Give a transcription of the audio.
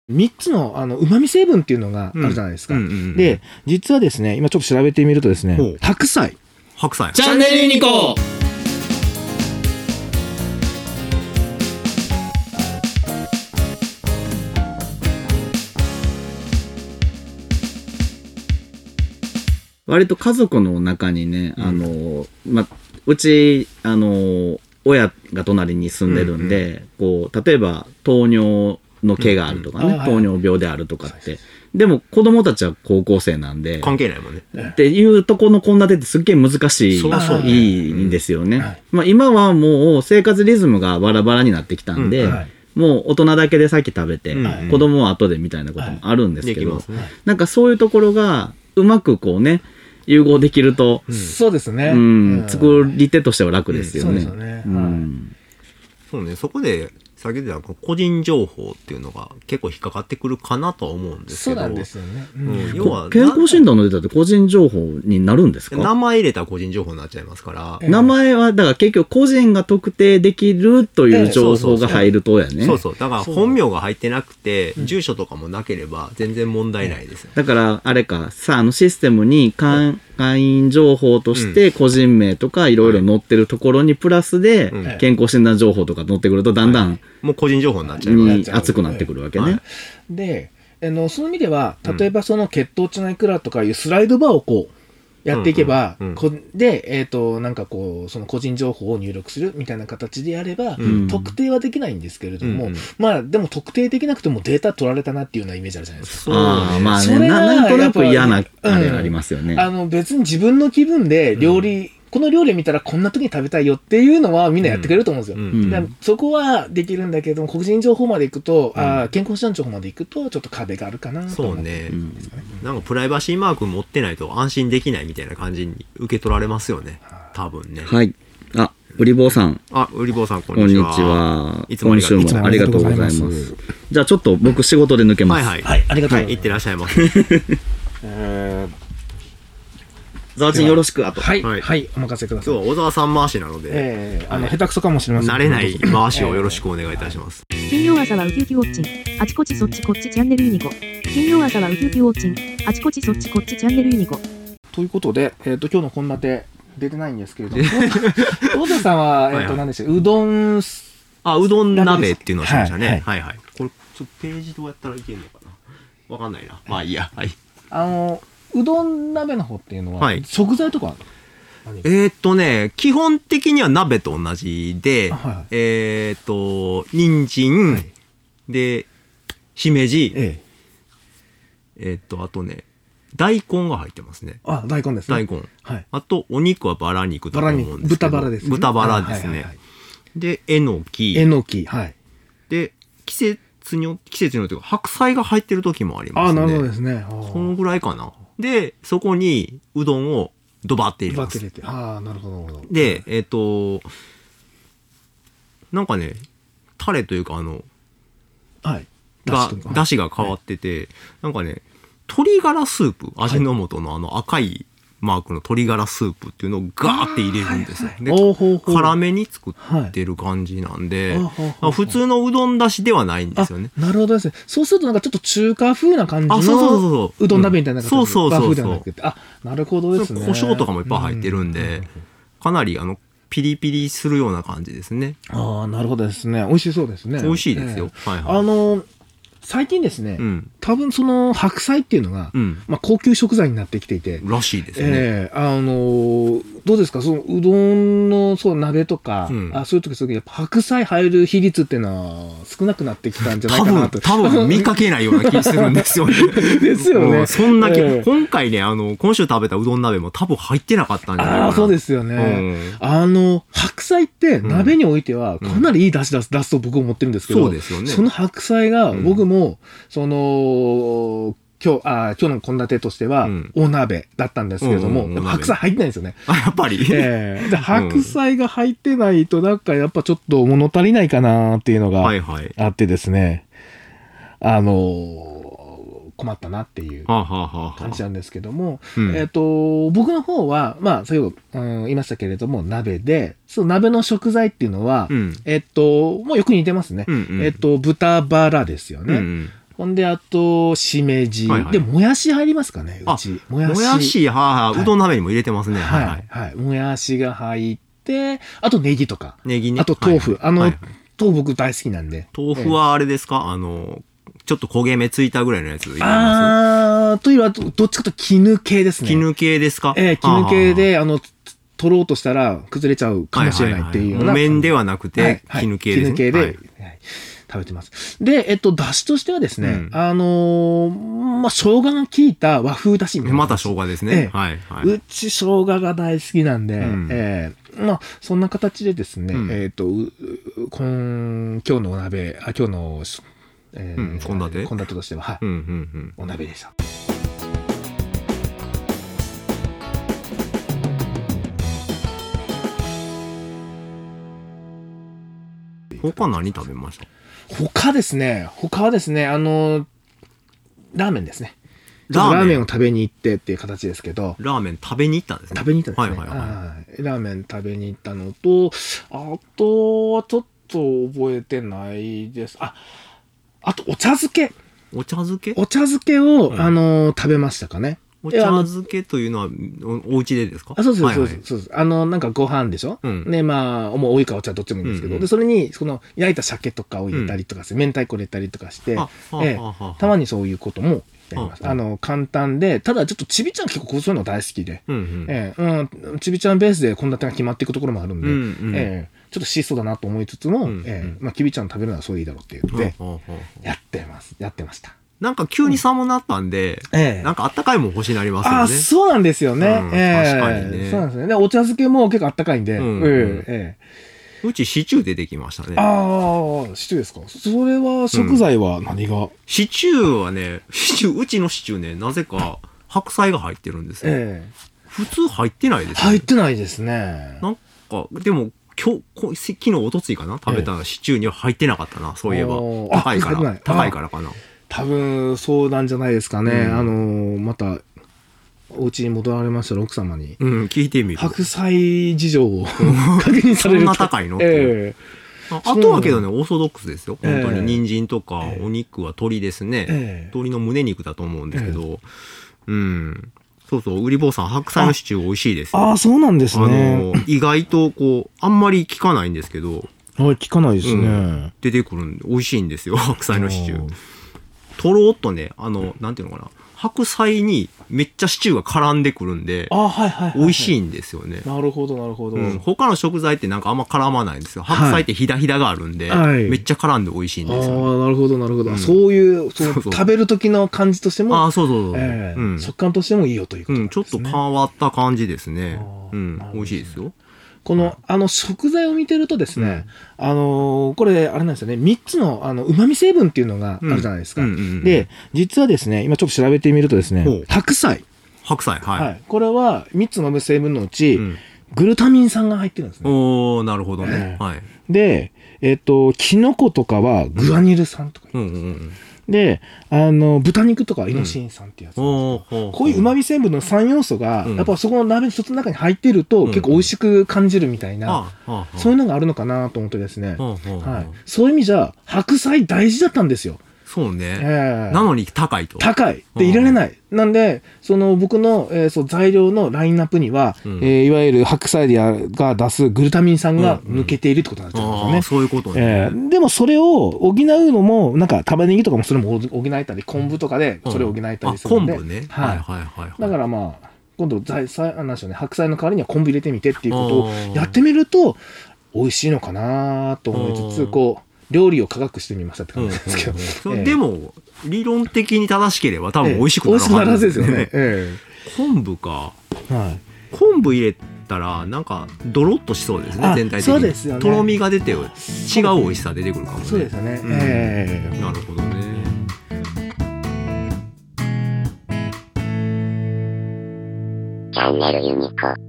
3つの旨味成分っていうのがあるじゃないですか。で、実はですね、今ちょっと調べてみるとですね、白菜。 チャンネルユニコ。 割と家族の中にね、うち、親が隣に住んでるんで、こう、例えば糖尿の毛があるとかね、糖尿病であるとかって。でも子供たちは高校生なんで。 関係ないもんね。 っていうとこの献立ってすっげえ難しいんですよね。まあ今はもう生活リズムがバラバラになってきたんで、もう大人だけで先食べて、子供は後でみたいなこともあるんですけど、なんかそういうところがうまくこうね、融合できると、 そうですね。 作り手としては楽ですよね。 そうね、そこで、先ほど言った個人情報っていうのが結構引っかかってくるかなとは思うんですけど。 そうなんですよね。 要は健康診断のデータって個人情報になるんですか？ 名前入れたら個人情報になっちゃいますから。 名前は、だから結局個人が特定できるという情報が入るとやね。 そうそう。だから本名が入ってなくて、住所とかもなければ全然問題ないです。 だから、あれか、さあ、システムに会員情報として個人名とかいろいろ載ってるところにプラスで健康診断情報とか載ってくるとだんだんもう個人情報になっちゃいます。 熱くなってくるわけね。 で、その意味では、例えばその血糖値のいくらとかいうスライドバーをこう、やっていけば、で、なんかこう、その個人情報を入力するみたいな形でやれば、特定はできないんですけれども、まあ、でも特定できなくてもデータ取られたなっていうようなイメージあるじゃないですか。 まあね、なんとなく嫌な、あれありますよね。 別に自分の気分でこの料理見たらこんな時に食べたいよっていうのはみんなやってくれると思うんですよ。そこはできるんだけども、個人情報まで行くと、健康診断情報まで行くと、ちょっと壁があるかなと思って。 そうね。なんかプライバシーマーク持ってないと安心できないみたいな感じに受け取られますよね。多分ね。 はい。うりぼうさん。 うりぼうさん、こんにちは。 こんにちは。 いつもありがとうございます。 ありがとうございます。じゃあちょっと僕仕事で抜けます。 はい、ありがとうございます。 いってらっしゃいます。 ザワチンよろしく、あと。 はい、お任せください。 今日は小沢さん回しなので、 下手くそかもしれません。 慣れない回しをよろしくお願いいたします。 金曜朝はウキウキウォッチン、あちこちそっちこっちチャンネルユニコ。金曜朝はウキウキウォッチン、あちこちそっちこっちチャンネルユニコ。 ということで、今日の献立出てないんですけれども、大田さんは、何でしたうどん、 うどん鍋っていうのをしましたね。はいはい。これ、ページどうやったらいけるのかなわかんないな。まあいいや。はい。 うどん鍋の方っていうのは、食材とか基本的には鍋と同じで、人参、で、しめじ、あとね、大根が入ってますね。 大根ですね。 大根。あと、お肉はバラ肉だと思うんですけど。 豚バラですね。 豚バラですね。で、えのき。で、季節によってというか、白菜が入ってる時もありますね。 なるほどですね。 そのぐらいかな。で、そこにうどんをドバって入れます。 なるほど。 で、なんかね、タレというかだしが変わってて、なんかね、鶏ガラスープ、味の素の赤いマークの鶏ガラスープっていうのをガーって入れるんですよ。で、辛めに作ってる感じなんで、普通のうどんだしではないんですよね。 なるほどですね。そうするとなんかちょっと中華風な感じのうどん鍋みたいな感じで。 そう。 なるほどですね。 胡椒とかもいっぱい入ってるんで、かなりピリピリするような感じですね。 なるほどですね。美味しそうですね。 美味しいですよ。 最近ですね、多分その白菜っていうのが、高級食材になってきていて。 らしいですね。 どうですかそのうどんの鍋とか、そういう時やっぱ白菜入る比率っていうのは少なくなってきたんじゃないかなと。 多分見かけないような気するんですよね。 ですよね。 そんな今回ね、今週食べたうどん鍋も多分入ってなかったんじゃないかな。 そうですよね。白菜って鍋においてはかなりいい出汁出すと僕は思ってるんですけど、 そうですよね。 その白菜が僕も、今日の献立としては、お鍋だったんですけれども、白菜入ってないんですよね。 やっぱり。 白菜が入ってないと、なんかやっぱちょっと物足りないかなっていうのがあってですね、困ったなっていう感じなんですけども、僕の方は、先ほど言いましたけれども、鍋で、その鍋の食材っていうのは、もうよく似てますね。豚バラですよね。 ほんで、あと、しめじ。で、もやし入りますかね、うち。 もやし、うどん鍋にも入れてますね。 はい。もやしが入って、あとネギとか。 ネギね。 あと豆腐。豆腐僕大好きなんで。 豆腐はあれですかちょっと焦げ目ついたぐらいのやつ入れます？ というのは、どっちかと絹系ですね。 絹系ですか？ 絹系で、取ろうとしたら崩れちゃうかもしれないっていうような。 麺ではなくて、絹系ですね。 絹系で食べてます。で、出汁としてはですね、生姜が効いた和風出汁みたいな。 また生姜ですね。 うち生姜が大好きなんで、そんな形でですね、今日のお鍋、今日の、献立としては、お鍋でした。 他何食べました？ 他はですね、ラーメンですね。ラーメンを食べに行ってっていう形ですけど。 ラーメン食べに行ったんですね。 食べに行ったんですね。ラーメン食べに行ったのと、あとはちょっと覚えてないです。あとお茶漬け。 お茶漬けを、食べましたかね。 お茶漬けというのは、お家でですか？ そうです。なんかご飯でしょ？で、もうお湯かお茶どっちもいいんですけど、で、それに、焼いた鮭とかを入れたりとかして、明太子入れたりとかして、たまにそういうこともやります。簡単で、ただちょっとちびちゃん結構そういうの大好きで、ちびちゃんベースで献立が決まっていくところもあるんで、ちょっと質素だなと思いつつも、きびちゃん食べるのはそれいいだろうって言って、やってました。 なんか急に寒なったんで、なんかあったかいもん欲しになりますよね。 そうなんですよね。 確かにね。 そうなんですね。で、お茶漬けも結構あったかいんで、 うちシチュー出てきましたね。 シチューですか？それは食材は何が？ シチューはね、うちのシチューね、なぜか白菜が入ってるんですよ。普通入ってないですね。 入ってないですね。 なんか、でも、昨日おとついかな食べたシチューには入ってなかったな、そういえば。高いからかな。 多分そうなんじゃないですかね。またお家に戻られましたら奥様に、 聞いてみる。 白菜事情を確認されると。 そんな高いの？あとはけどね、オーソドックスですよ。本当に人参とかお肉は鶏ですね。鶏の胸肉だと思うんですけど、そうそう、ウリ坊さん白菜のシチュー美味しいですよ。 そうなんですね。 意外とあんまり効かないんですけど。 効かないですね。 出てくるんで美味しいんですよ、白菜のシチュー。とろーっとね、なんていうのかな。白菜にめっちゃシチューが絡んでくるんで、美味しいんですよね。 なるほど。 他の食材ってなんかあんま絡まないんですよ。白菜ってひだひだがあるんで、めっちゃ絡んで美味しいんですよ。 なるほど。そういう、食べる時の感じとしても、食感としてもいいよということですね。 ちょっと変わった感じですね。美味しいですよ。 この、食材を見てるとですね、これ、あれなんですよね、3つの、旨味成分っていうのがあるじゃないですか。で、実はですね、今ちょっと調べてみるとですね、白菜。はい。これは3つの成分のうち、グルタミン酸が入ってるんですね。 なるほどね。 で、キノコとかはグアニル酸とか言うんです。で、豚肉とかイノシン酸ってやつ。こういう旨味成分の3要素が、やっぱそこの鍋の一つの中に入っていると、結構美味しく感じるみたいな、そういうのがあるのかなと思ってですね。そういう意味じゃ、白菜大事だったんですよ。 そうね。なのに高いと。 高い。で、入れられない。なんで、僕の、材料のラインナップには、いわゆる白菜が出すグルタミン酸が抜けているってことになっちゃうんですよね。 そういうことね。 でもそれを補うのも、なんか玉ねぎとかもそれも補えたり、昆布とかでそれを補えたりするんで。 昆布ね。 だからまあ、今度、なんでしょうね、白菜の代わりには昆布入れてみてっていうことをやってみると、美味しいのかなと思いつつ、料理を科学してみましたって感じですけど。 でも、理論的に正しければ多分美味しくなるはずですよね。昆布か。昆布入れたら、なんか、ドロッとしそうですね、全体的に。そうですよね。とろみが出て、違う美味しさ出てくるかもね。 そうですよね。 なるほどね。 チャンネルユニコ。